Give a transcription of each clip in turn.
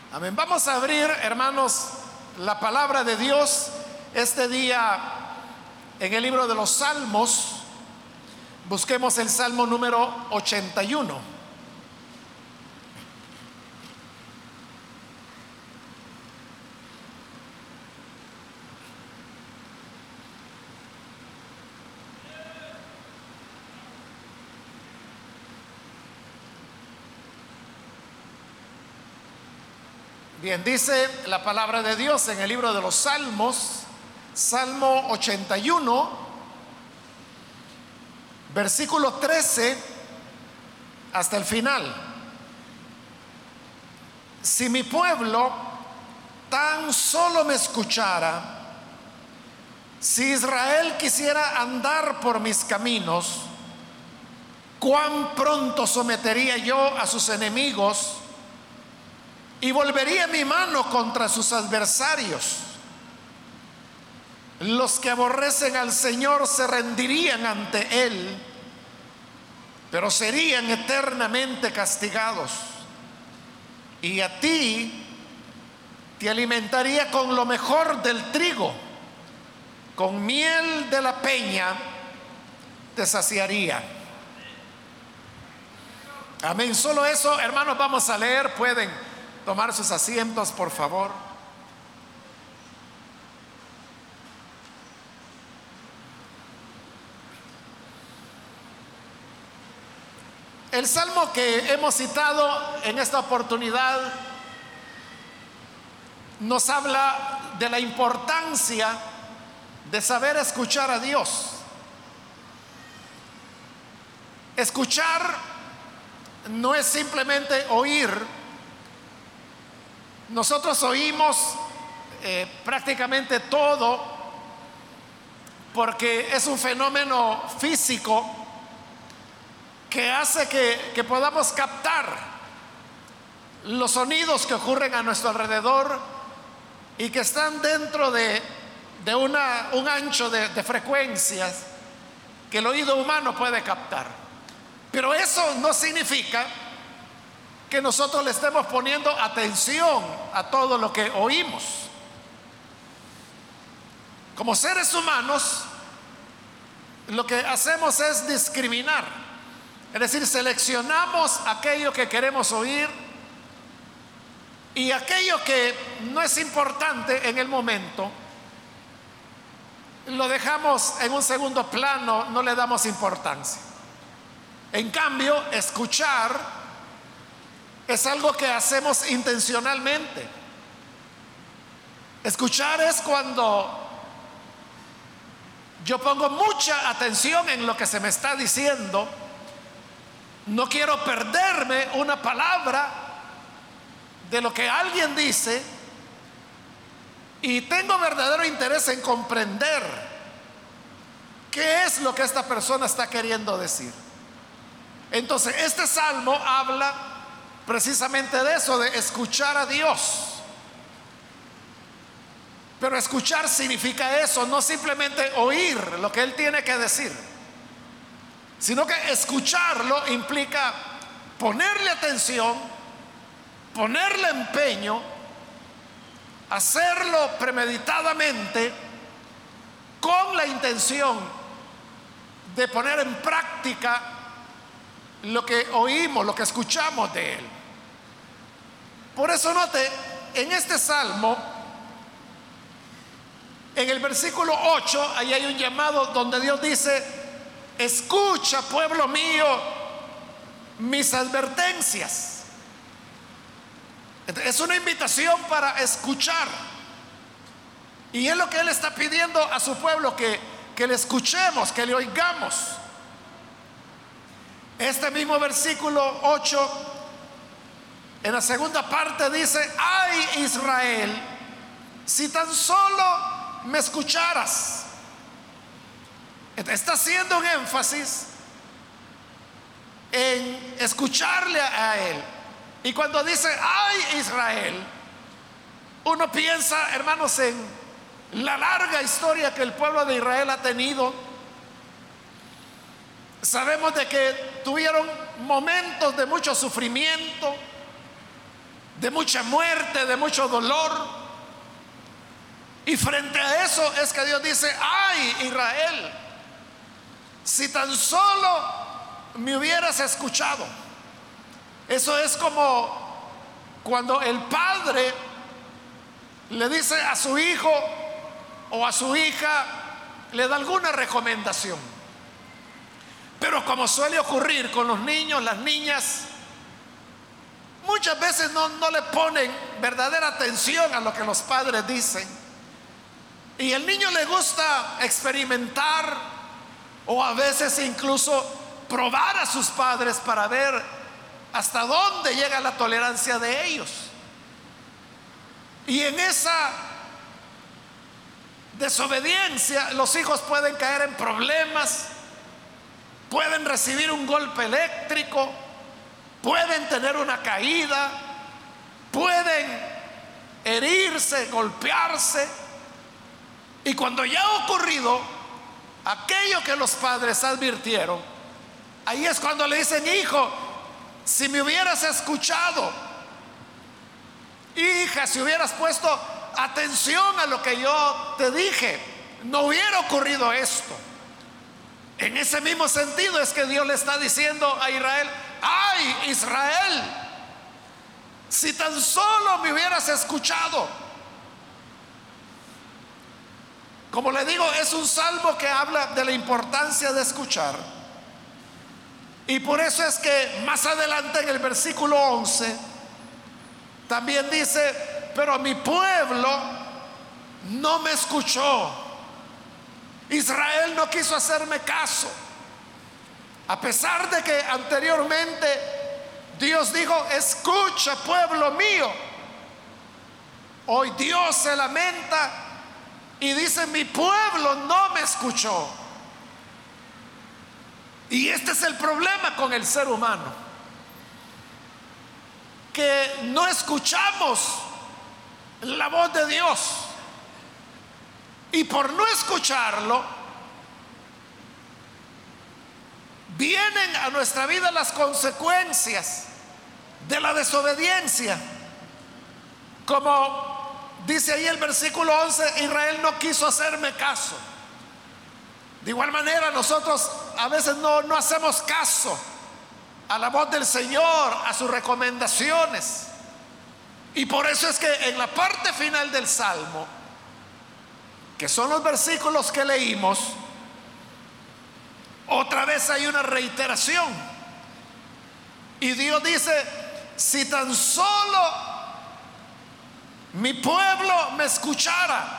Amén. Vamos a abrir, hermanos, la palabra de Dios este día en el libro de los Salmos. Busquemos el Salmo número 81. Bien, dice la palabra de Dios en el libro de los Salmos, Salmo 81, versículo 13 hasta el final. Si mi pueblo tan solo me escuchara, si Israel quisiera andar por mis caminos, cuán pronto sometería yo a sus enemigos y volvería mi mano contra sus adversarios. Los que aborrecen al Señor se rendirían ante Él, pero serían eternamente castigados. Y a ti te alimentaría con lo mejor del trigo, con miel de la peña te saciaría. Amén. Solo eso, hermanos, vamos a leer. Pueden tomar sus asientos, por favor. El salmo que hemos citado en esta oportunidad nos habla de la importancia de saber escuchar a Dios. Escuchar no es simplemente oír. Nosotros oímos prácticamente todo porque es un fenómeno físico que hace que podamos captar los sonidos que ocurren a nuestro alrededor y que están dentro de un ancho de frecuencias que el oído humano puede captar. Pero eso no significa que nosotros le estemos poniendo atención a todo lo que oímos. Como seres humanos, lo que hacemos es discriminar, es decir, seleccionamos aquello que queremos oír y aquello que no es importante en el momento lo dejamos en un segundo plano, no le damos importancia. En cambio, escuchar es algo que hacemos intencionalmente. Escuchar es cuando yo pongo mucha atención en lo que se me está diciendo. No quiero perderme una palabra de lo que alguien dice y tengo verdadero interés en comprender qué es lo que esta persona está queriendo decir. Entonces, este salmo habla precisamente de eso, de escuchar a Dios. Pero escuchar significa eso, no simplemente oír lo que Él tiene que decir, sino que escucharlo implica ponerle atención, ponerle empeño, hacerlo premeditadamente con la intención de poner en práctica lo que oímos, lo que escuchamos de Él. Por eso note, en este salmo, en el versículo 8, ahí hay un llamado donde Dios dice: escucha, pueblo mío, mis advertencias. Es una invitación para escuchar. Y es lo que Él está pidiendo a su pueblo, que le escuchemos, que le oigamos. Este mismo versículo 8, en la segunda parte dice: ay, Israel, si tan solo me escucharas. Está haciendo un énfasis en escucharle a Él. Y cuando dice ay, Israel, uno piensa, hermanos, en la larga historia que el pueblo de Israel ha tenido. Sabemos de que tuvieron momentos de mucho sufrimiento, de mucha muerte, de mucho dolor. Y frente a eso es que Dios dice: ay, Israel, si tan solo me hubieras escuchado. Eso es como cuando el padre le dice a su hijo o a su hija, le da alguna recomendación. Pero como suele ocurrir con los niños, las niñas, muchas veces no le ponen verdadera atención a lo que los padres dicen. Y el niño le gusta experimentar o a veces incluso probar a sus padres para ver hasta dónde llega la tolerancia de ellos. Y en esa desobediencia los hijos pueden caer en problemas, pueden recibir un golpe eléctrico, pueden tener una caída, pueden herirse, golpearse. Y cuando ya ha ocurrido aquello que los padres advirtieron, ahí es cuando le dicen: hijo, si me hubieras escuchado, hija, si hubieras puesto atención a lo que yo te dije, no hubiera ocurrido esto. En ese mismo sentido es que Dios le está diciendo a Israel: ay, Israel, si tan solo me hubieras escuchado. Como le digo, es un salmo que habla de la importancia de escuchar. Y por eso es que más adelante en el versículo 11 también dice: pero mi pueblo no me escuchó. Israel no quiso hacerme caso. A pesar de que anteriormente Dios dijo: escucha, pueblo mío. Hoy Dios se lamenta y dice: mi pueblo no me escuchó. Y este es el problema con el ser humano, que no escuchamos la voz de Dios. Y por no escucharlo, vienen a nuestra vida las consecuencias de la desobediencia. Como dice ahí el versículo 11: Israel no quiso hacerme caso. De igual manera, nosotros a veces no hacemos caso a la voz del Señor, a sus recomendaciones. Y por eso es que en la parte final del Salmo, que son los versículos que leímos, otra vez hay una reiteración. Y Dios dice: si tan solo mi pueblo me escuchara.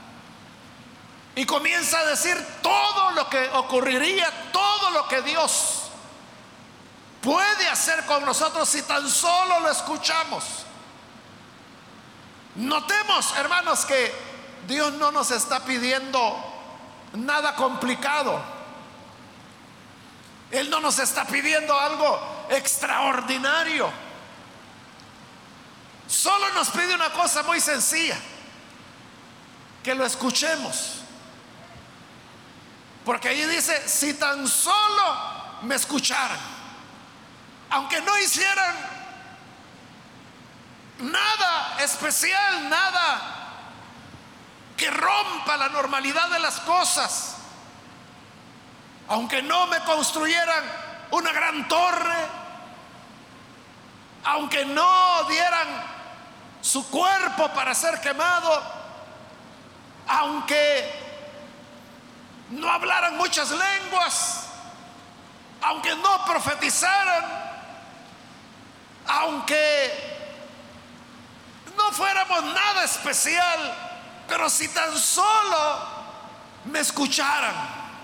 Y comienza a decir todo lo que ocurriría, todo lo que Dios puede hacer con nosotros si tan solo lo escuchamos. Notemos, hermanos, que Dios no nos está pidiendo nada complicado. Él no nos está pidiendo algo extraordinario. Solo nos pide una cosa muy sencilla: que lo escuchemos. Porque ahí dice: si tan solo me escucharan, aunque no hicieran nada especial, nada que rompa la normalidad de las cosas, aunque no me construyeran una gran torre, aunque no dieran su cuerpo para ser quemado, aunque no hablaran muchas lenguas, aunque no profetizaran, aunque no fuéramos nada especial, pero si tan solo me escucharan.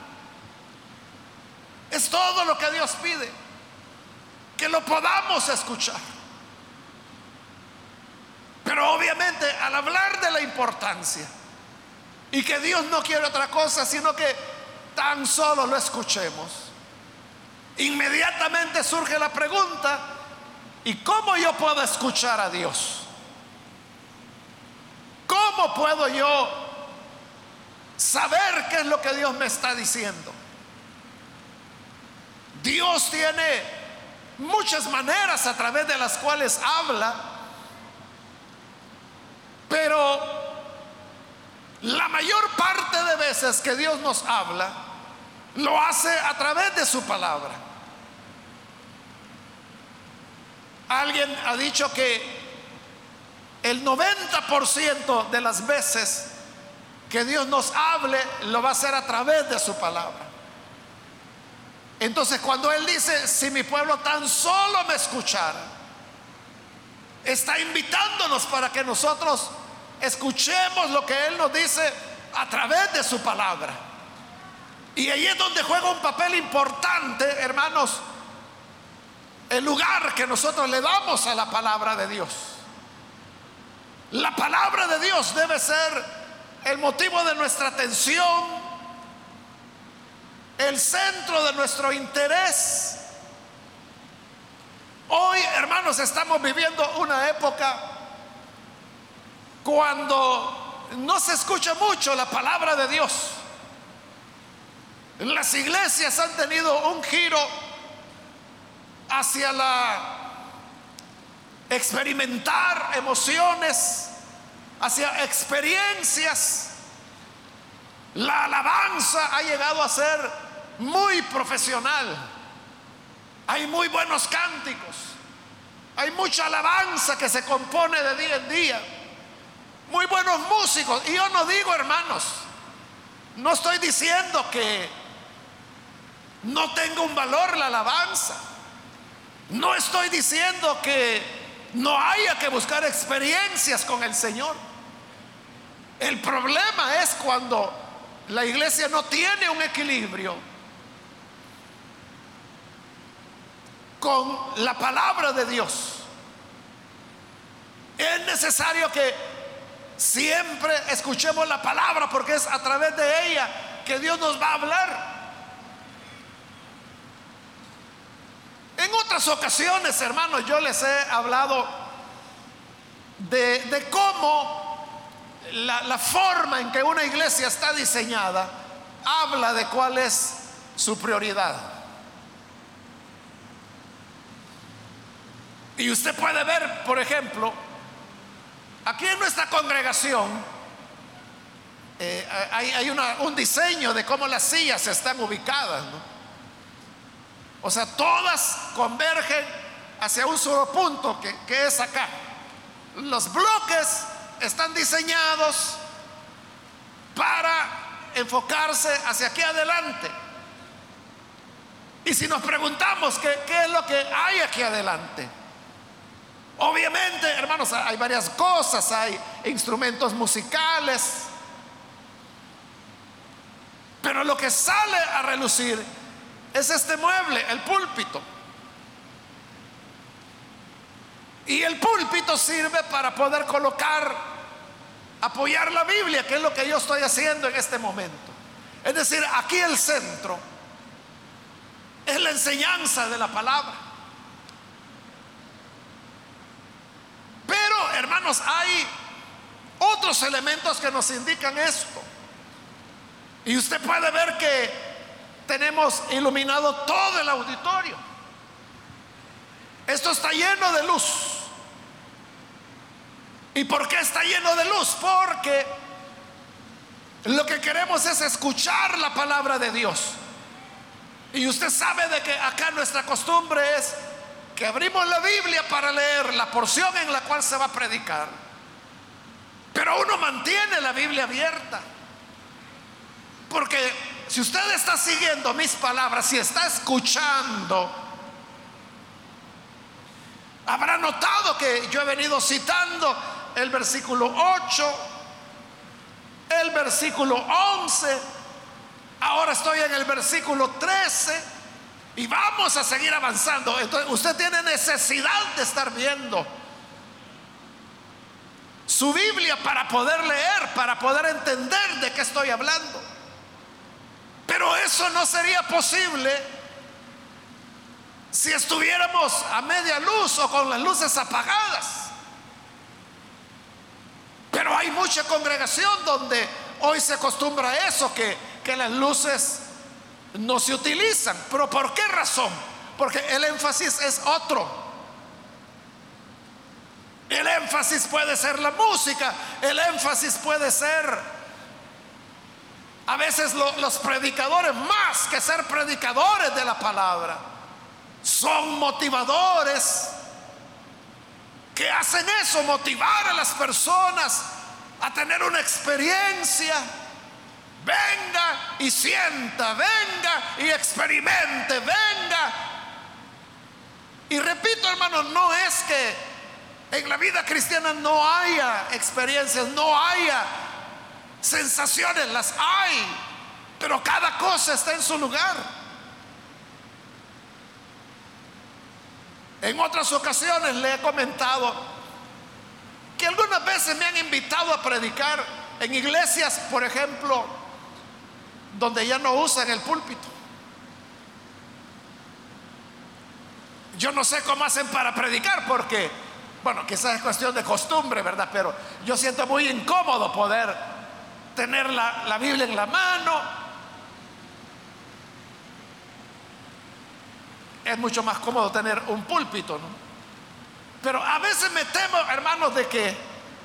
Es todo lo que Dios pide, que lo podamos escuchar. Pero obviamente, al hablar de la importancia y que Dios no quiere otra cosa sino que tan solo lo escuchemos, inmediatamente surge la pregunta: ¿y cómo yo puedo escuchar a Dios? ¿Cómo puedo yo saber qué es lo que Dios me está diciendo? Dios tiene muchas maneras a través de las cuales habla, Pero la mayor parte de veces que Dios nos habla, lo hace a través de su palabra. Alguien ha dicho que el 90% de las veces que Dios nos hable, lo va a hacer a través de su palabra. Entonces, cuando Él dice, si mi pueblo tan solo me escuchara, está invitándonos para que nosotros escuchemos lo que Él nos dice a través de su palabra. Y ahí es donde juega un papel importante, hermanos, el lugar que nosotros le damos a la palabra de Dios. La palabra de Dios debe ser el motivo de nuestra atención, el centro de nuestro interés. Hoy, hermanos, estamos viviendo una época cuando no se escucha mucho la palabra de Dios. Las iglesias han tenido un giro hacia experimentar emociones, hacia experiencias. La alabanza ha llegado a ser muy profesional. Hay muy buenos cánticos, hay mucha alabanza que se compone de día en día, muy buenos músicos. Y yo no digo, hermanos, no estoy diciendo que no tenga un valor la alabanza, no estoy diciendo que no haya que buscar experiencias con el Señor. El problema es cuando la iglesia no tiene un equilibrio con la palabra de Dios. Es necesario que siempre escuchemos la palabra, porque es a través de ella que Dios nos va a hablar. En otras ocasiones, hermanos, yo les he hablado de cómo la forma en que una iglesia está diseñada habla de cuál es su prioridad. Y usted puede ver, por ejemplo, aquí en nuestra congregación hay un diseño de cómo las sillas están ubicadas, ¿no? O sea, todas convergen hacia un solo punto que es acá. Los bloques están diseñados para enfocarse hacia aquí adelante. Y si nos preguntamos qué es lo que hay aquí adelante, obviamente, hermanos, hay varias cosas. Hay instrumentos musicales, pero lo que sale a relucir es este mueble, el púlpito. Y el púlpito sirve para poder apoyar la Biblia, que es lo que yo estoy haciendo en este momento. Es decir, aquí el centro es la enseñanza de la palabra. Pero, hermanos, hay otros elementos que nos indican esto. Y usted puede ver que tenemos iluminado todo el auditorio. Esto está lleno de luz. ¿Y por qué está lleno de luz? Porque lo que queremos es escuchar la palabra de Dios. Y usted sabe de que acá nuestra costumbre es que abrimos la Biblia para leer la porción en la cual se va a predicar, pero uno mantiene la Biblia abierta, porque si usted está siguiendo mis palabras, si está escuchando, habrá notado que yo he venido citando el versículo 8, el versículo 11, ahora estoy en el versículo 13 y vamos a seguir avanzando. Entonces usted tiene necesidad de estar viendo su Biblia para poder leer, para poder entender de qué estoy hablando. Pero eso no sería posible si estuviéramos a media luz o con las luces apagadas. Pero hay mucha congregación donde hoy se acostumbra a eso, que las luces no se utilizan. ¿Pero por qué razón? Porque el énfasis es otro. El énfasis puede ser la música, el énfasis puede ser a veces los predicadores, más que ser predicadores de la palabra, son motivadores que hacen eso, motivar a las personas a tener una experiencia. Venga y sienta, venga y experimente, venga. Y repito, hermanos, no es que en la vida cristiana no haya experiencias, no haya sensaciones, las hay, pero cada cosa está en su lugar. En otras ocasiones le he comentado que algunas veces me han invitado a predicar en iglesias, por ejemplo, donde ya no usan el púlpito. Yo no sé cómo hacen para predicar, porque, bueno, quizás es cuestión de costumbre, ¿verdad? Pero yo siento muy incómodo poder tener la Biblia en la mano. Es mucho más cómodo tener un púlpito, ¿no? Pero a veces me temo, hermanos, de que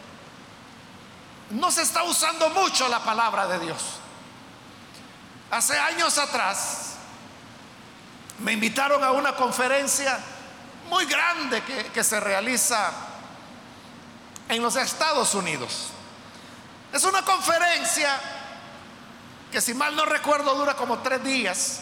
no se está usando mucho la palabra de Dios. Hace años atrás me invitaron a una conferencia muy grande que se realiza en los Estados Unidos. Es una conferencia que, si mal no recuerdo, dura como 3 días.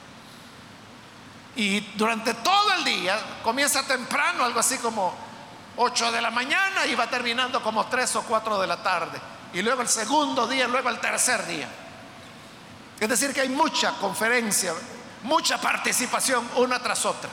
Y durante todo el día, comienza temprano, algo así como 8 de la mañana, y va terminando como 3 o 4 de la tarde. Y luego el segundo día, luego el tercer día. Es decir, que hay mucha conferencia, mucha participación una tras otra.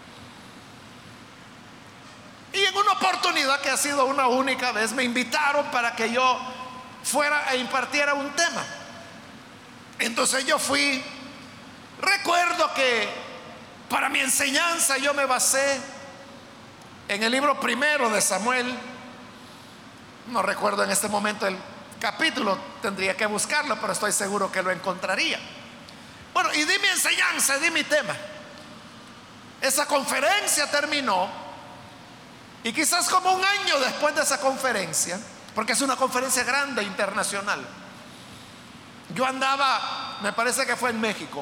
Y en una oportunidad, que ha sido una única vez, me invitaron para que yo fuera e impartiera un tema. Entonces yo fui. Recuerdo que para mi enseñanza yo me basé en el libro primero de Samuel. No recuerdo en este momento el capítulo, tendría que buscarlo, pero estoy seguro que lo encontraría. Bueno, y di mi enseñanza, di mi tema. Esa conferencia terminó, y quizás como un año después de esa conferencia, porque es una conferencia grande, internacional, yo andaba, me parece que fue en México,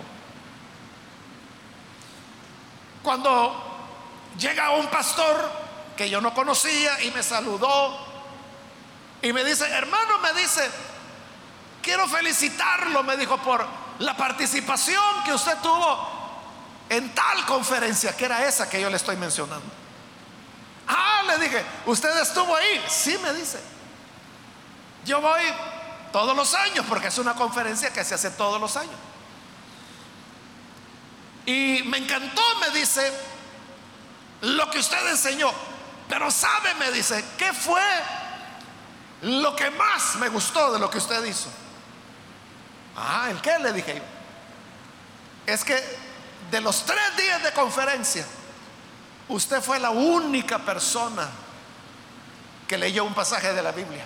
cuando llega un pastor que yo no conocía y me saludó y me dice: hermano, me dice, quiero felicitarlo, me dijo, por la participación que usted tuvo en tal conferencia, que era esa que yo le estoy mencionando. Ah, le dije, ¿usted estuvo ahí? Sí, me dice. Yo voy todos los años, porque es una conferencia que se hace todos los años. Y me encantó, me dice, lo que usted enseñó. Pero sabe, me dice, ¿qué fue lo que más me gustó de lo que usted hizo? Ah, ¿el qué? Le dije. Es que de los 3 días de conferencia, usted fue la única persona que leyó un pasaje de la Biblia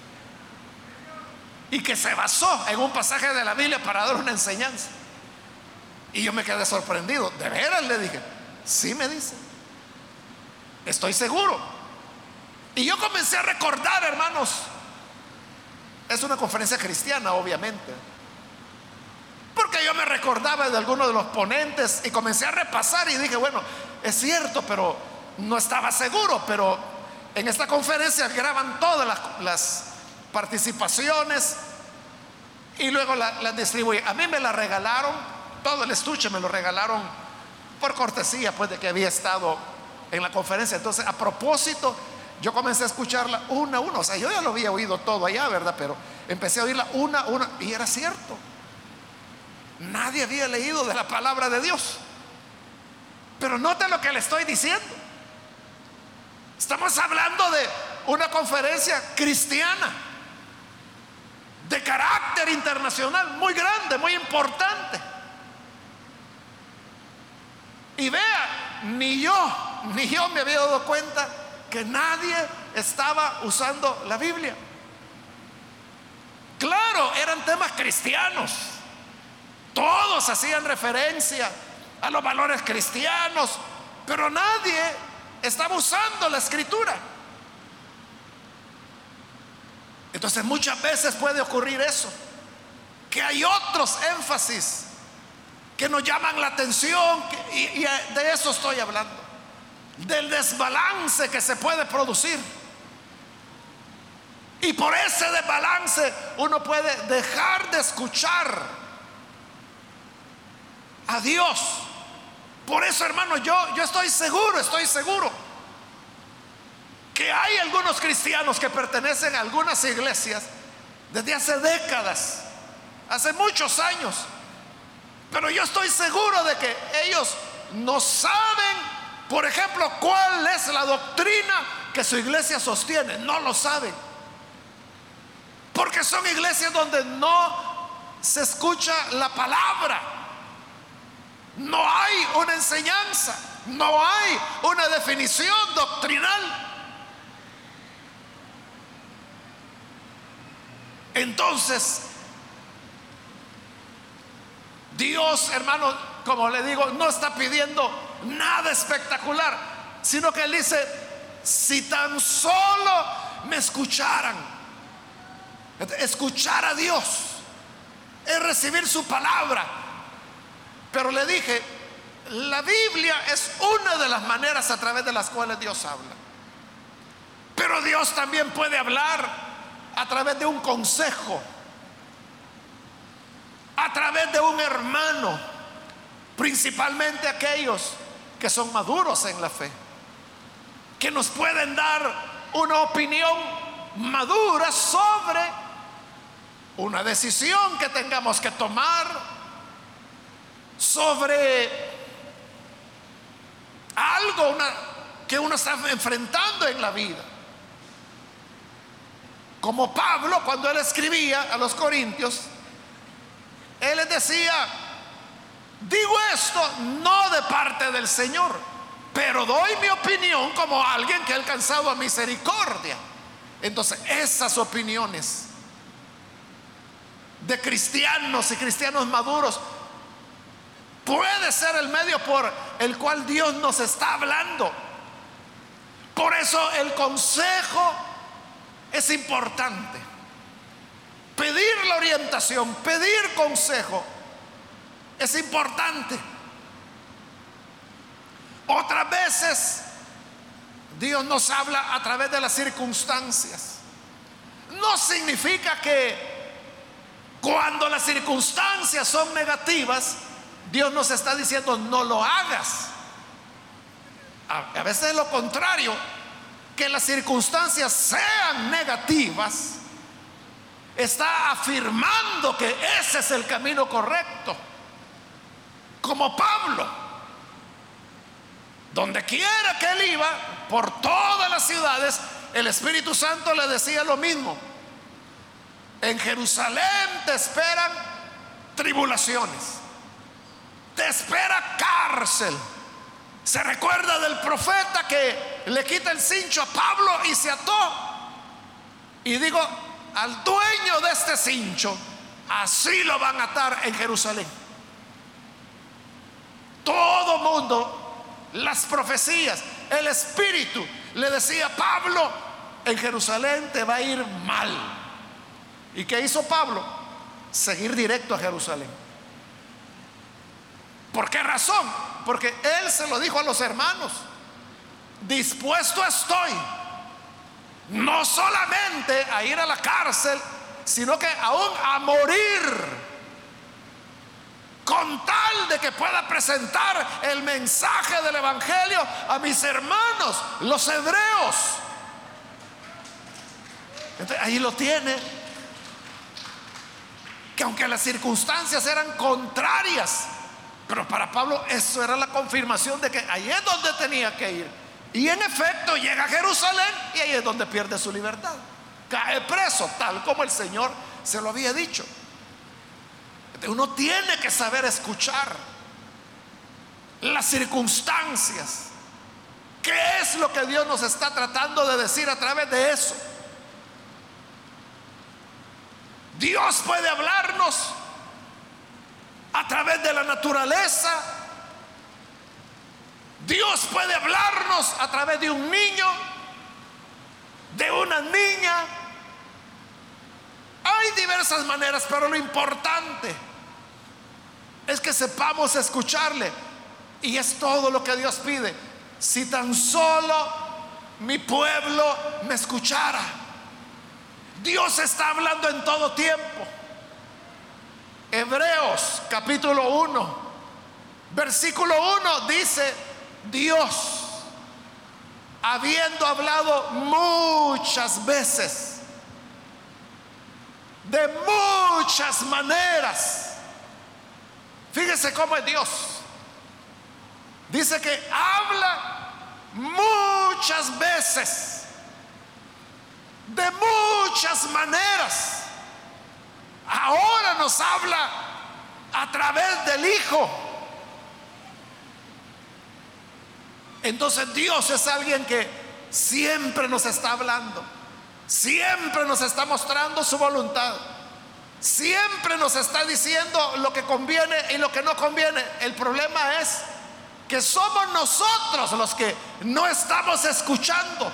y que se basó en un pasaje de la Biblia para dar una enseñanza. Y yo me quedé sorprendido. ¿De veras? Le dije. Sí, me dice. Estoy seguro. Y yo comencé a recordar, hermanos, es una conferencia cristiana, obviamente, porque yo me recordaba de algunos de los ponentes y comencé a repasar y dije, bueno, es cierto, pero no estaba seguro. Pero en esta conferencia graban todas las participaciones y luego las distribuyen. A mí me la regalaron, todo el estuche me lo regalaron por cortesía, pues, de que había estado en la conferencia. Entonces, a propósito, yo comencé a escucharla una a una. O sea, yo ya lo había oído todo allá, ¿verdad? Pero empecé a oírla una a una, y era cierto. Nadie había leído de la palabra de Dios. Pero note lo que le estoy diciendo. Estamos hablando de una conferencia cristiana de carácter internacional, muy grande, muy importante. Y vea, ni yo me había dado cuenta que nadie estaba usando la Biblia. Claro, eran temas cristianos. Todos hacían referencia a los valores cristianos, pero nadie estaba usando la escritura. Entonces muchas veces puede ocurrir eso, que hay otros énfasis que nos llaman la atención, y de eso estoy hablando, del desbalance que se puede producir. Y por ese desbalance uno puede dejar de escuchar a Dios. Por eso, hermano, yo estoy seguro que hay algunos cristianos que pertenecen a algunas iglesias desde hace décadas, hace muchos años, pero yo estoy seguro de que ellos no saben, por ejemplo, cuál es la doctrina que su iglesia sostiene. No lo saben, porque son iglesias donde no se escucha la palabra, no hay una enseñanza, no hay una definición doctrinal. Entonces, Dios, hermano, como le digo, no está pidiendo nada espectacular, sino que Él dice: si tan solo me escucharan. Escuchar a Dios es recibir su palabra. Pero le dije, la Biblia es una de las maneras a través de las cuales Dios habla. Pero Dios también puede hablar a través de un consejo, a través de un hermano, principalmente aquellos que son maduros en la fe, que nos pueden dar una opinión madura sobre una decisión que tengamos que tomar, sobre algo que uno está enfrentando en la vida. Como Pablo, cuando él escribía a los Corintios, él les decía: digo esto no de parte del Señor, pero doy mi opinión como alguien que ha alcanzado a misericordia. Entonces, esas opiniones de cristianos y cristianos maduros puede ser el medio por el cual Dios nos está hablando. Por eso el consejo es importante. Pedir la orientación, pedir consejo es importante. Otras veces Dios nos habla a través de las circunstancias. No significa que cuando las circunstancias son negativas, Dios nos está diciendo no lo hagas. A veces es lo contrario, que las circunstancias sean negativas está afirmando que ese es el camino correcto. Como Pablo, donde quiera que él iba, por todas las ciudades, el Espíritu Santo le decía lo mismo: en Jerusalén te esperan tribulaciones, te espera cárcel. Se recuerda del profeta que le quita el cincho a Pablo y se ató. Y digo, al dueño de este cincho así lo van a atar en Jerusalén. Todo mundo, las profecías, el Espíritu le decía a Pablo: en Jerusalén te va a ir mal. ¿Y qué hizo Pablo? Seguir directo a Jerusalén. ¿Por qué razón? Porque él se lo dijo a los hermanos: dispuesto estoy no solamente a ir a la cárcel, sino que aún a morir, con tal de que pueda presentar el mensaje del evangelio a mis hermanos, los hebreos. Entonces, ahí lo tiene, que aunque las circunstancias eran contrarias, pero para Pablo eso era la confirmación de que ahí es donde tenía que ir. Y en efecto llega a Jerusalén y ahí es donde pierde su libertad. Cae preso, tal como el Señor se lo había dicho. Uno tiene que saber escuchar las circunstancias. ¿Qué es lo que Dios nos está tratando de decir a través de eso? Dios puede hablarnos a través de la naturaleza. Dios puede hablarnos a través de un niño, de una niña, hay diversas maneras, pero lo importante es que sepamos escucharle. Y es todo lo que Dios pide. Si tan solo mi pueblo me escuchara. Dios está hablando en todo tiempo. Hebreos capítulo 1, versículo 1 dice: Dios, habiendo hablado muchas veces, de muchas maneras. Fíjese cómo es Dios. Dice que habla muchas veces, de muchas maneras. Ahora nos habla a través del Hijo. Entonces Dios es alguien que siempre nos está hablando, siempre nos está mostrando su voluntad, siempre nos está diciendo lo que conviene y lo que no conviene. El problema es que somos nosotros los que no estamos escuchando.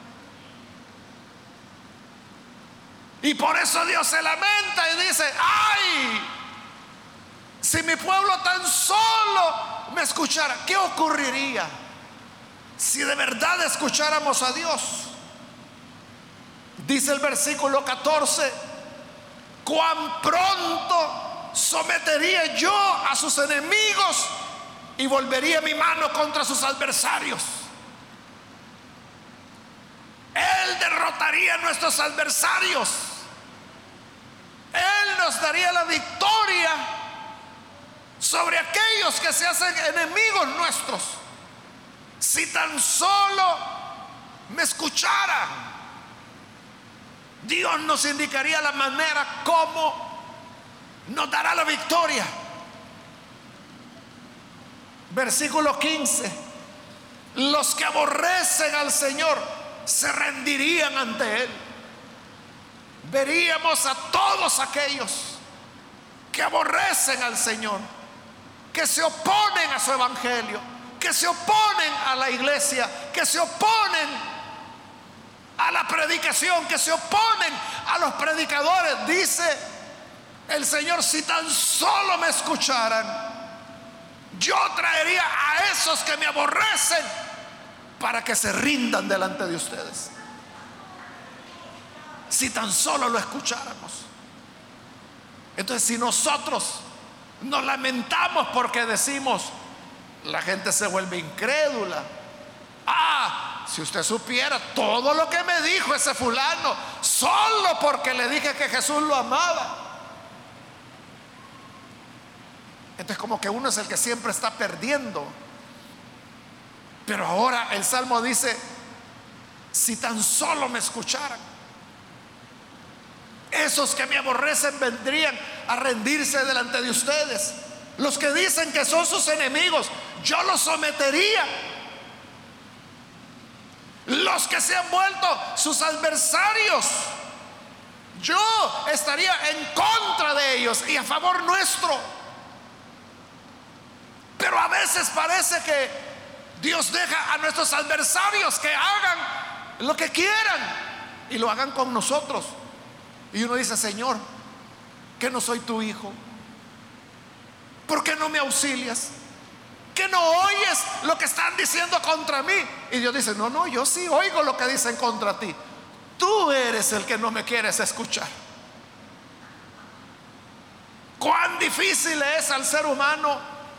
Y por eso Dios se lamenta y dice: ay, si mi pueblo tan solo me escuchara. ¿Qué ocurriría si de verdad escucháramos a Dios? Dice el versículo 14: cuán pronto sometería yo a sus enemigos y volvería mi mano contra sus adversarios. Él derrotaría a nuestros adversarios. Él nos daría la victoria sobre aquellos que se hacen enemigos nuestros. Si tan solo me escucharan, Dios nos indicaría la manera como nos dará la victoria. Versículo 15: los que aborrecen al Señor se rendirían ante Él. Veríamos a todos aquellos que aborrecen al Señor, que se oponen a su evangelio, que se oponen a la iglesia, que se oponen a la predicación, que se oponen a los predicadores. Dice el Señor: si tan solo me escucharan, yo traería a esos que me aborrecen para que se rindan delante de ustedes. Si tan solo lo escucháramos. Entonces, si nosotros nos lamentamos porque decimos: la gente se vuelve incrédula. Ah, si usted supiera todo lo que me dijo ese fulano, solo porque le dije que Jesús lo amaba. Entonces, como que uno es el que siempre está perdiendo. Pero ahora el Salmo dice: si tan solo me escucharan, esos que me aborrecen vendrían a rendirse delante de ustedes. Los que dicen que son sus enemigos, yo los sometería. Los que se han vuelto sus adversarios, yo estaría en contra de ellos y a favor nuestro. Pero a veces parece que Dios deja a nuestros adversarios que hagan lo que quieran y lo hagan con nosotros. Y uno dice: Señor, que no soy tu hijo, ¿por qué no me auxilias? ¿Que no oyes lo que están diciendo contra mí? Y Dios dice: no, no, yo sí oigo lo que dicen contra ti. Tú eres el que no me quieres escuchar. Cuán difícil es al ser humano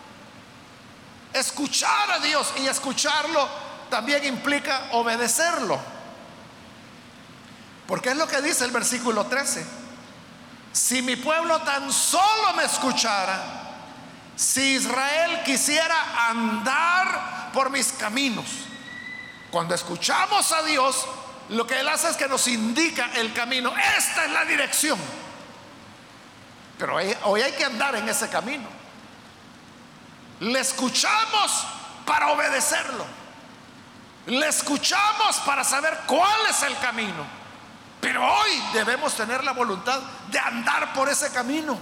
escuchar a Dios, y escucharlo también implica obedecerlo. Porque es lo que dice el versículo 13: si mi pueblo tan solo me escuchara, si Israel quisiera andar por mis caminos. Cuando escuchamos a Dios, lo que Él hace es que nos indica el camino. Esta es la dirección. Pero hoy hay que andar en ese camino. Le escuchamos para obedecerlo. Le escuchamos para saber cuál es el camino. Pero hoy debemos tener la voluntad de andar por ese camino.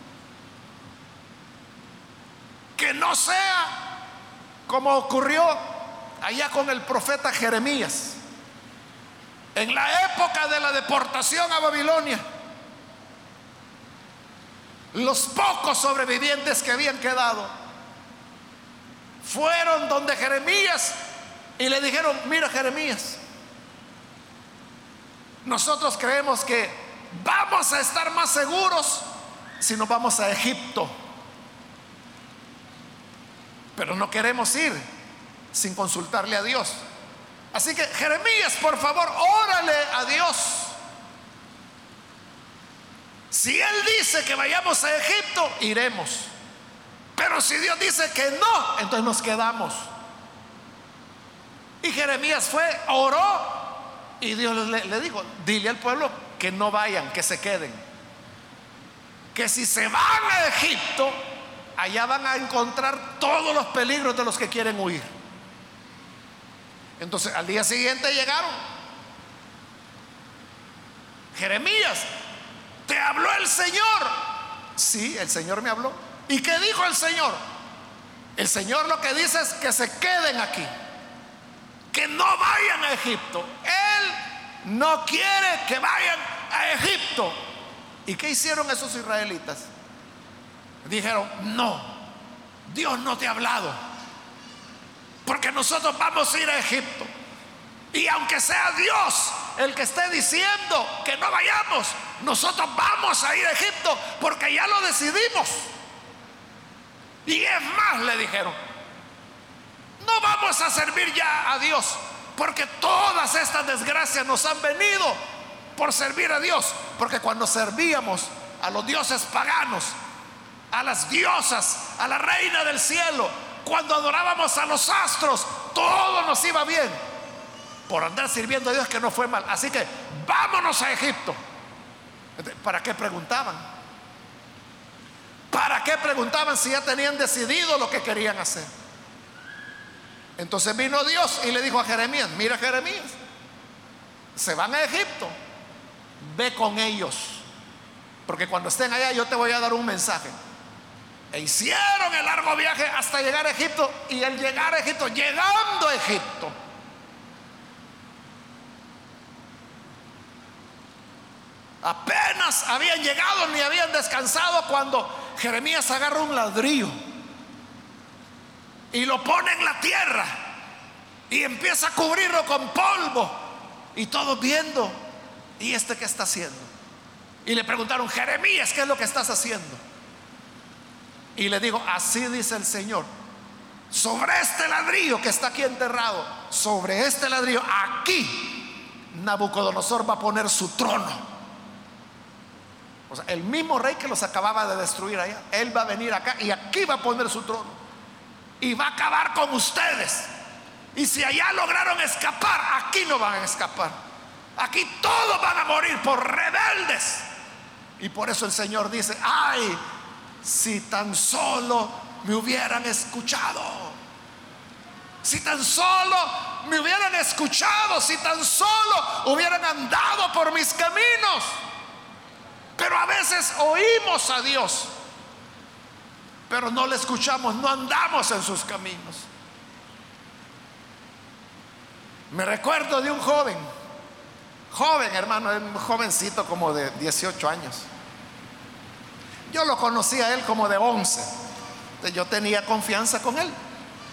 Que no sea como ocurrió allá con el profeta Jeremías en la época de la deportación a Babilonia. Los pocos sobrevivientes que habían quedado fueron donde Jeremías y le dijeron: mira, Jeremías, nosotros creemos que vamos a estar más seguros si nos vamos a Egipto, pero no queremos ir sin consultarle a Dios. Así que, Jeremías, por favor, órale a Dios. Si Él dice que vayamos a Egipto, iremos. Pero si Dios dice que no, entonces nos quedamos. Y Jeremías fue, oró, y Dios le dijo: dile al pueblo que no vayan, que se queden. Que si se van a Egipto, allá van a encontrar todos los peligros de los que quieren huir. Entonces al día siguiente llegaron. Jeremías, ¿te habló el Señor? Sí, el Señor me habló. ¿Y qué dijo el Señor? El Señor lo que dice es que se queden aquí, que no vayan a Egipto. Él no quiere que vayan a Egipto. ¿Y qué hicieron esos israelitas? Dijeron: no, Dios no te ha hablado, porque nosotros vamos a ir a Egipto. Y aunque sea Dios el que esté diciendo que no vayamos, nosotros vamos a ir a Egipto porque ya lo decidimos. Y es más, le dijeron: no vamos a servir ya a Dios, porque todas estas desgracias nos han venido por servir a Dios. Porque cuando servíamos a los dioses paganos, a las diosas, a la reina del cielo, cuando adorábamos a los astros, todo nos iba bien. Por andar sirviendo a Dios, que no fue mal. Así que vámonos a Egipto. ¿Para qué preguntaban? ¿Para qué preguntaban si ya tenían decidido lo que querían hacer? Entonces vino Dios y le dijo a Jeremías: mira, Jeremías, se van a Egipto, ve con ellos, porque cuando estén allá yo te voy a dar un mensaje. E hicieron el largo viaje hasta llegar a Egipto. Y al llegar a Egipto, llegando a Egipto, apenas habían llegado ni habían descansado cuando Jeremías agarra un ladrillo y lo pone en la tierra y empieza a cubrirlo con polvo, y todos viendo: ¿y este qué está haciendo? Y le preguntaron: Jeremías, ¿qué es lo que estás haciendo? Y le digo: así dice el Señor, sobre este ladrillo que está aquí enterrado, sobre este ladrillo, aquí Nabucodonosor va a poner su trono. O sea, el mismo rey que los acababa de destruir allá, él va a venir acá y aquí va a poner su trono y va a acabar con ustedes. Y si allá lograron escapar, aquí no van a escapar. Aquí todos van a morir por rebeldes. Y por eso el Señor dice: ay, si tan solo me hubieran escuchado, si tan solo me hubieran escuchado, si tan solo hubieran andado por mis caminos. Pero a veces oímos a Dios, pero no le escuchamos, no andamos en sus caminos. Me recuerdo de un joven, hermano, un jovencito como de 18 años. Yo lo conocí a él como de 11. Entonces yo tenía confianza con él.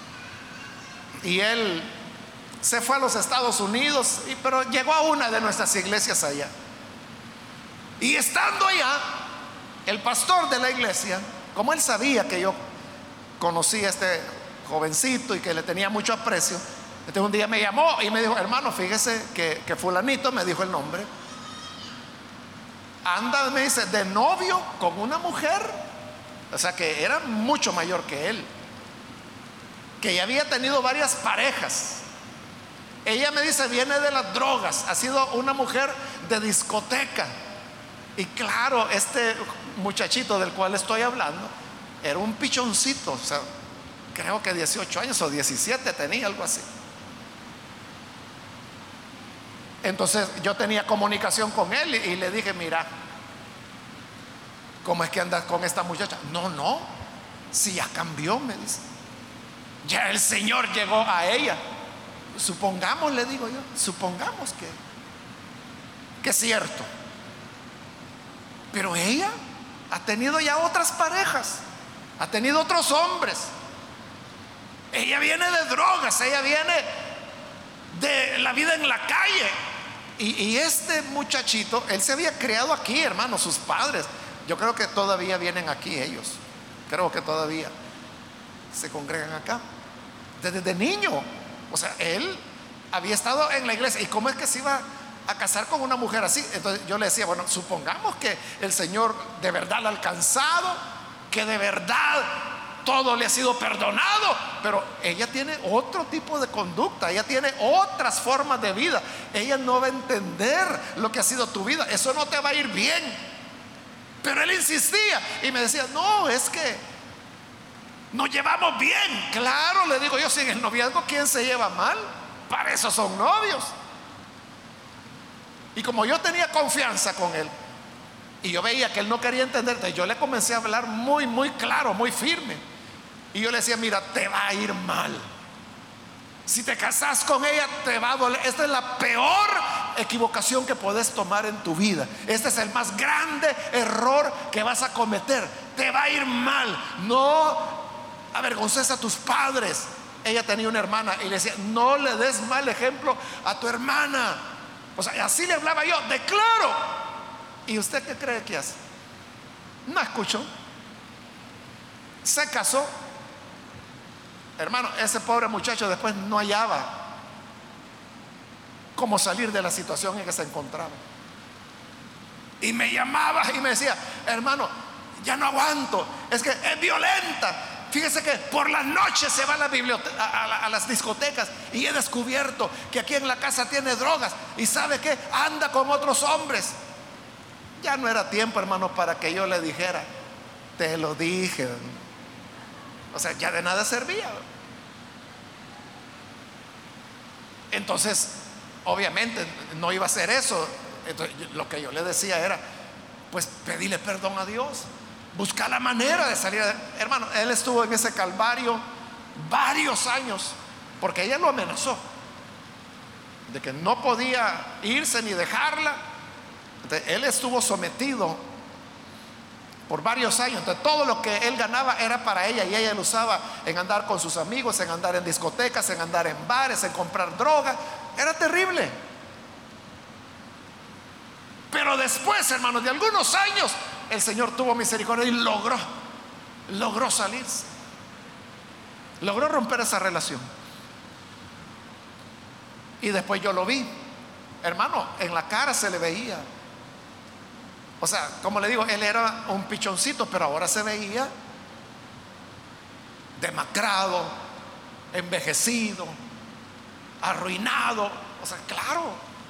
Y él se fue a los Estados Unidos, pero llegó a una de nuestras iglesias allá. Y estando allá, el pastor de la iglesia, como él sabía que yo conocía a este jovencito y que le tenía mucho aprecio, entonces un día me llamó y me dijo: hermano, fíjese que fulanito, me dijo el nombre, anda, me dice, de novio con una mujer, o sea que era mucho mayor que él, que ya había tenido varias parejas. Ella, me dice, viene de las drogas, ha sido una mujer de discoteca. Y claro, este muchachito del cual estoy hablando era un pichoncito, o sea, creo que 18 años o 17 tenía, algo así. Entonces yo tenía comunicación con él y le dije: mira, ¿cómo es que andas con esta muchacha? No, si ya cambió, me dice, ya el Señor llegó a ella. Supongamos, le digo yo, supongamos que es cierto. Pero ella ha tenido ya otras parejas, ha tenido otros hombres. Ella viene de drogas, ella viene de la vida en la calle. Y este muchachito, él se había criado aquí, hermano, sus padres. Yo creo que todavía vienen aquí ellos. Creo que todavía se congregan acá. Desde niño. O sea, él había estado en la iglesia. ¿Y cómo es que se iba a casar con una mujer así? Entonces yo le decía, bueno, supongamos que el Señor de verdad la ha alcanzado, que de verdad todo le ha sido perdonado, pero ella tiene otro tipo de conducta, ella tiene otras formas de vida, ella no va a entender lo que ha sido tu vida, eso no te va a ir bien. Pero él insistía y me decía, no, es que nos llevamos bien. Claro, le digo yo, si en el noviazgo, ¿quién se lleva mal? Para eso son novios. Y como yo tenía confianza con él y yo veía que él no quería entender, yo le comencé a hablar muy claro, muy firme. Y yo le decía, mira, te va a ir mal. Si te casas con ella, te va a doler. Esta es la peor equivocación que puedes tomar en tu vida. Este es el más grande error que vas a cometer. Te va a ir mal. No avergonces a tus padres. Ella tenía una hermana y le decía, no le des mal ejemplo a tu hermana. O sea, así le hablaba yo, de claro. ¿Y usted qué cree que hace? No escuchó. Se casó. Hermano, ese pobre muchacho después no hallaba cómo salir de la situación en que se encontraba. Y me llamaba y me decía, hermano, ya no aguanto, es que es violenta. Fíjese que por las noches se va a la biblioteca, a las discotecas, y he descubierto que aquí en la casa tiene drogas. Y sabe que anda con otros hombres. Ya no era tiempo, hermano, para que yo le dijera, te lo dije. O sea, ya de nada servía. Entonces, obviamente no iba a hacer eso. Entonces, lo que yo le decía era, pues pedirle perdón a Dios, buscar la manera de salir. Hermano, él estuvo en ese calvario varios años, porque ella lo amenazó de que no podía irse ni dejarla. Entonces, él estuvo sometido por varios años. Entonces, todo lo que él ganaba era para ella, y ella lo usaba en andar con sus amigos, en andar en discotecas, en andar en bares, en comprar droga. Era terrible. Pero después, hermanos, de algunos años, el Señor tuvo misericordia y logró salirse, logró romper esa relación. Y después yo lo vi, hermano, en la cara se le veía. O sea, como le digo, él era un pichoncito, pero ahora se veía demacrado, envejecido, arruinado. O sea, claro.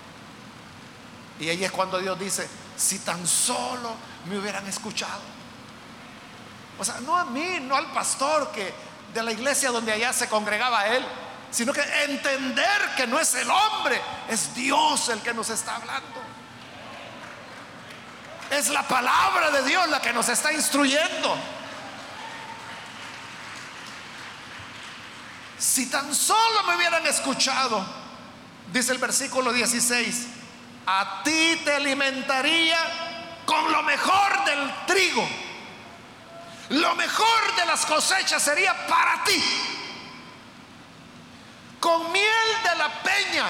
Y ahí es cuando Dios dice, si tan solo me hubieran escuchado. O sea, no a mí, no al pastor que de la iglesia donde allá se congregaba él, sino que entender que no es el hombre, es Dios el que nos está hablando. Es la palabra de Dios la que nos está instruyendo. Si tan solo me hubieran escuchado, dice el versículo 16, a ti te alimentaría con lo mejor del trigo, lo mejor de las cosechas sería para ti, con miel de la peña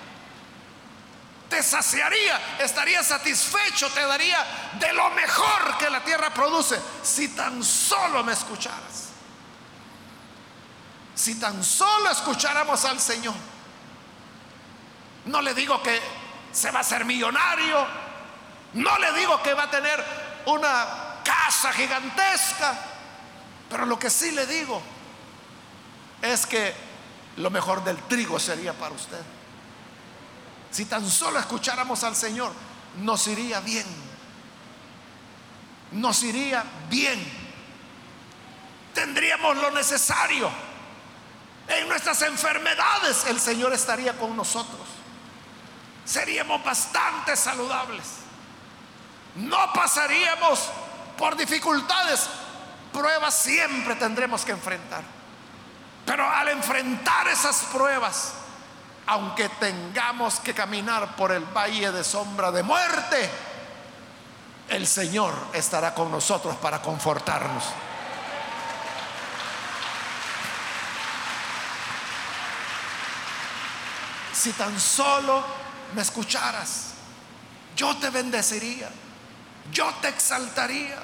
te saciaría, estaría satisfecho, te daría de lo mejor que la tierra produce, si tan solo me escucharas. Si tan solo escucháramos al Señor. No le digo que se va a hacer millonario, no le digo que va a tener una casa gigantesca, pero lo que sí le digo es que lo mejor del trigo sería para usted. Si tan solo escucháramos al Señor, nos iría bien. Nos iría bien. Tendríamos lo necesario. En nuestras enfermedades el Señor estaría con nosotros. Seríamos bastante saludables. No pasaríamos por dificultades. Pruebas siempre tendremos que enfrentar. Pero al enfrentar esas pruebas, aunque tengamos que caminar por el valle de sombra de muerte, el Señor estará con nosotros para confortarnos. Si tan solo me escucharas, yo te bendeciría, yo te exaltaría,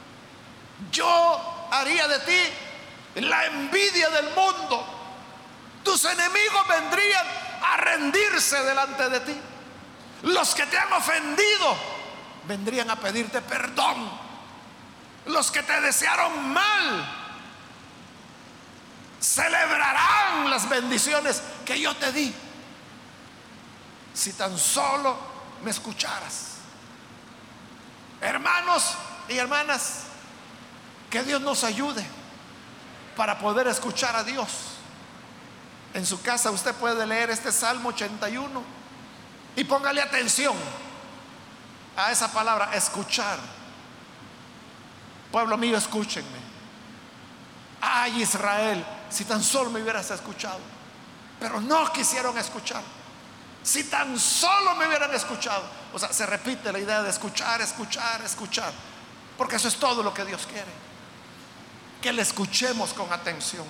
yo haría de ti la envidia del mundo. Tus enemigos vendrían a rendirse delante de ti. Los que te han ofendido vendrían a pedirte perdón. Los que te desearon mal celebrarán las bendiciones que yo te di. Si tan solo me escucharas. Hermanos y hermanas, que Dios nos ayude para poder escuchar a Dios. En su casa usted puede leer este Salmo 81 y póngale atención a esa palabra, escuchar. Pueblo mío, escúchenme. Ay, Israel, si tan solo me hubieras escuchado. Pero no quisieron escuchar. Si tan solo me hubieran escuchado. O sea, se repite la idea de escuchar, escuchar, escuchar, porque eso es todo lo que Dios quiere, que le escuchemos con atención.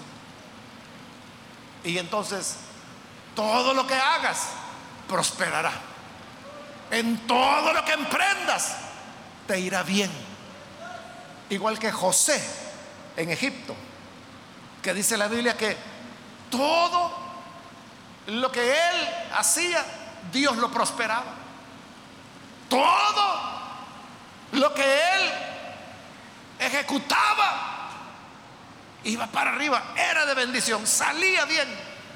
Y entonces todo lo que hagas prosperará. En todo lo que emprendas te irá bien. Igual que José en Egipto, que dice la Biblia que todo lo que él hacía, Dios lo prosperaba. Todo lo que él ejecutaba iba para arriba, era de bendición, salía bien.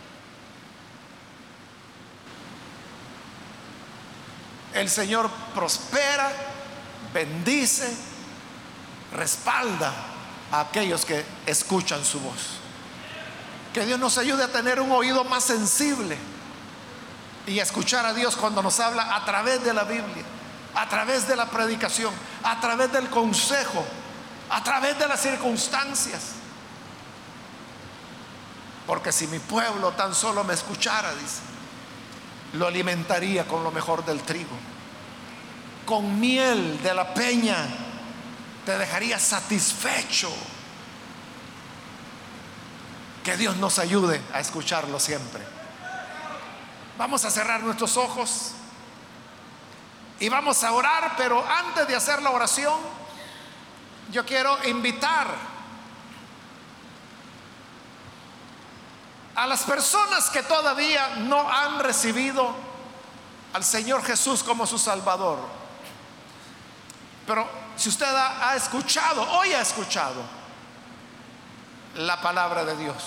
El Señor prospera, bendice, respalda a aquellos que escuchan su voz. Que Dios nos ayude a tener un oído más sensible y a escuchar a Dios cuando nos habla a través de la Biblia, a través de la predicación, a través del consejo, a través de las circunstancias. Porque si mi pueblo tan solo me escuchara, dice, lo alimentaría con lo mejor del trigo, con miel de la peña te dejaría satisfecho. Que Dios nos ayude a escucharlo siempre. Vamos a cerrar nuestros ojos y vamos a orar, pero antes de hacer la oración, yo quiero invitar a las personas que todavía no han recibido al Señor Jesús como su Salvador. Pero si usted ha escuchado, hoy ha escuchado la palabra de Dios,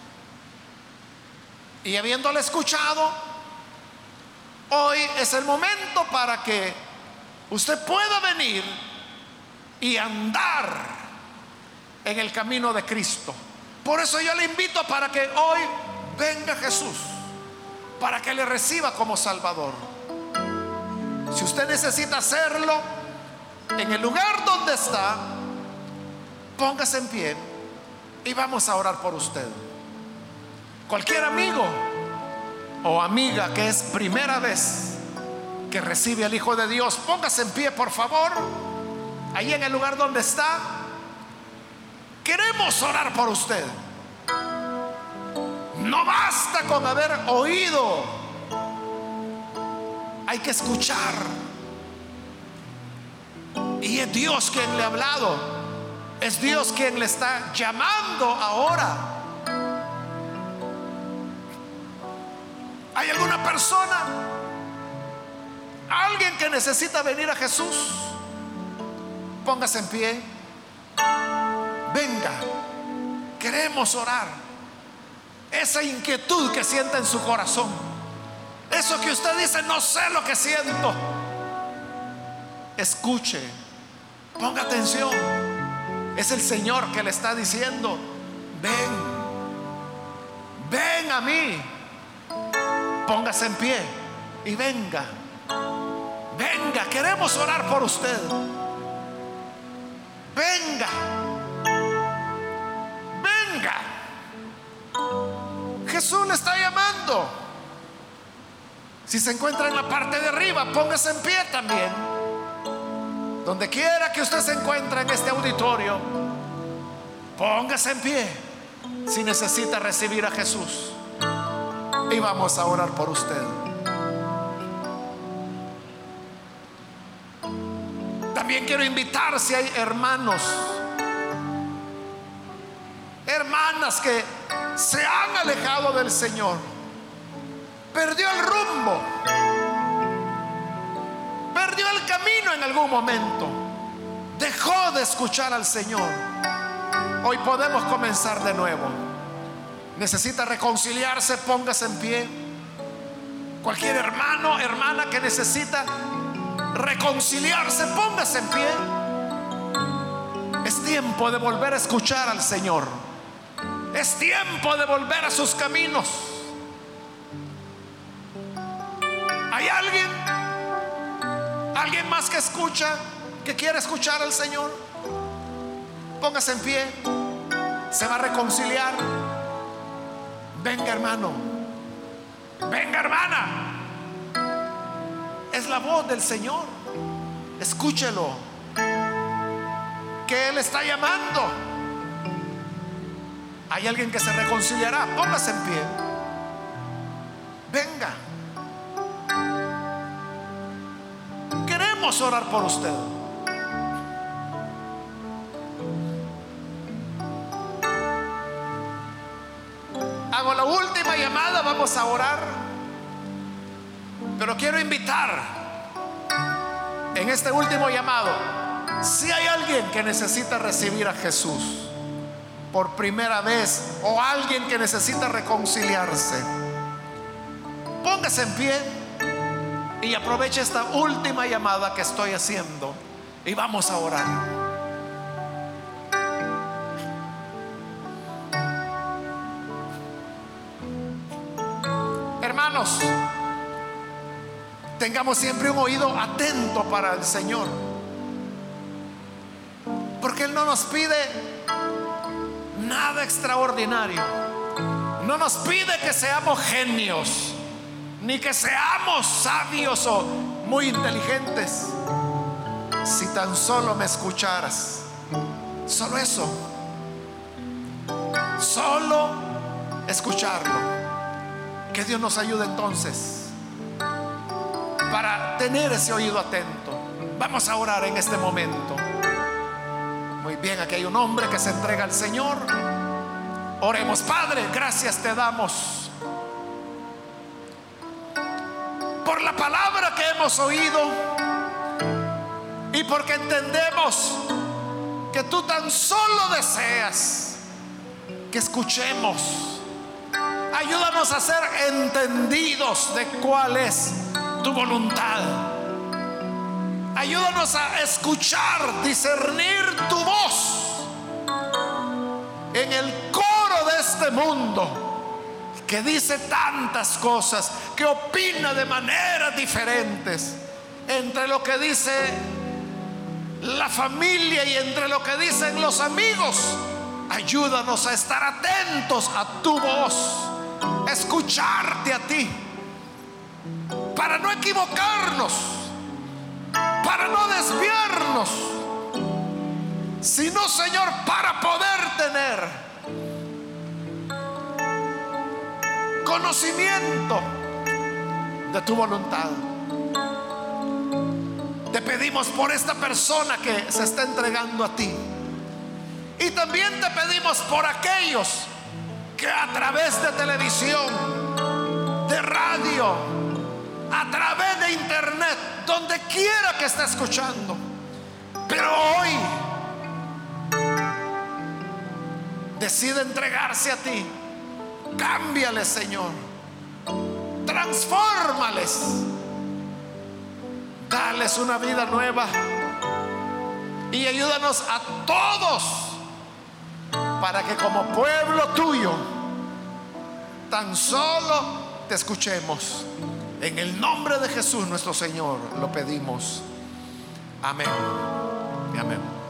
y habiéndole escuchado, hoy es el momento para que usted pueda venir y andar en el camino de Cristo. Por eso yo le invito para que hoy venga Jesús, para que le reciba como Salvador. Si usted necesita hacerlo, en el lugar donde está, póngase en pie y vamos a orar por usted. Cualquier amigo o amiga que es primera vez que recibe al Hijo de Dios, póngase en pie, por favor, ahí en el lugar donde está. Queremos orar por usted. No basta con haber oído, hay que escuchar. Y es Dios quien le ha hablado, es Dios quien le está llamando ahora. ¿Hay alguna persona, alguien que necesita venir a Jesús? Póngase en pie. Venga, queremos orar. Esa inquietud que siente en su corazón, eso que usted dice, no sé lo que siento, escuche, ponga atención. Es el Señor que le está diciendo: ven, ven a mí. Póngase en pie y venga, venga, queremos orar por usted. Venga, venga. Jesús le está llamando. Si se encuentra en la parte de arriba, póngase en pie también. Donde quiera que usted se encuentre en este auditorio, póngase en pie si necesita recibir a Jesús, y vamos a orar por usted. También quiero invitar, si hay hermanos, hermanas que se han alejado del Señor, perdió el rumbo, perdió el camino en algún momento, dejó de escuchar al Señor. Hoy podemos comenzar de nuevo. Necesita reconciliarse, póngase en pie. Cualquier hermano, hermana que necesita reconciliarse, póngase en pie. Es tiempo de volver a escuchar al Señor. Es tiempo de volver a sus caminos. ¿Hay alguien más que escucha, que quiere escuchar al Señor? Póngase en pie. Se va a reconciliar. Venga, hermano. Venga, hermana. Es la voz del Señor. Escúchelo, que Él está llamando. Hay alguien que se reconciliará. Póngase en pie. Venga. Queremos orar por usted. Hago la última llamada, vamos a orar. Pero quiero invitar en este último llamado, si hay alguien que necesita recibir a Jesús por primera vez, o alguien que necesita reconciliarse, póngase en pie y aproveche esta última llamada que estoy haciendo, y vamos a orar. Hermanos, tengamos siempre un oído atento para el Señor, porque Él no nos pide nada extraordinario. No nos pide que seamos genios, ni que seamos sabios o muy inteligentes. Si tan solo me escucharas, solo eso, solo escucharlo. Que Dios nos ayude entonces para tener ese oído atento. Vamos a orar en este momento. Muy bien, aquí hay un hombre que se entrega al Señor. Oremos. Padre, gracias te damos por la palabra que hemos oído, y porque entendemos que tú tan solo deseas que escuchemos. Ayúdanos a ser entendidos de cuál es tu voluntad. Ayúdanos a escuchar, discernir tu voz en el coro de este mundo, que dice tantas cosas, que opina de maneras diferentes, entre lo que dice la familia y entre lo que dicen los amigos. Ayúdanos a estar atentos a tu voz, a escucharte a ti, para no equivocarnos, para no desviarnos, sino, Señor, para poder tener conocimiento de tu voluntad. Te pedimos por esta persona que se está entregando a ti, y también te pedimos por aquellos que a través de televisión, de radio, a través de internet, donde quiera que esté escuchando, pero hoy decide entregarse a ti. Cámbiales, Señor, transfórmales, dales una vida nueva, y ayúdanos a todos para que como pueblo tuyo tan solo te escuchemos. En el nombre de Jesús nuestro Señor lo pedimos. Amén y amén.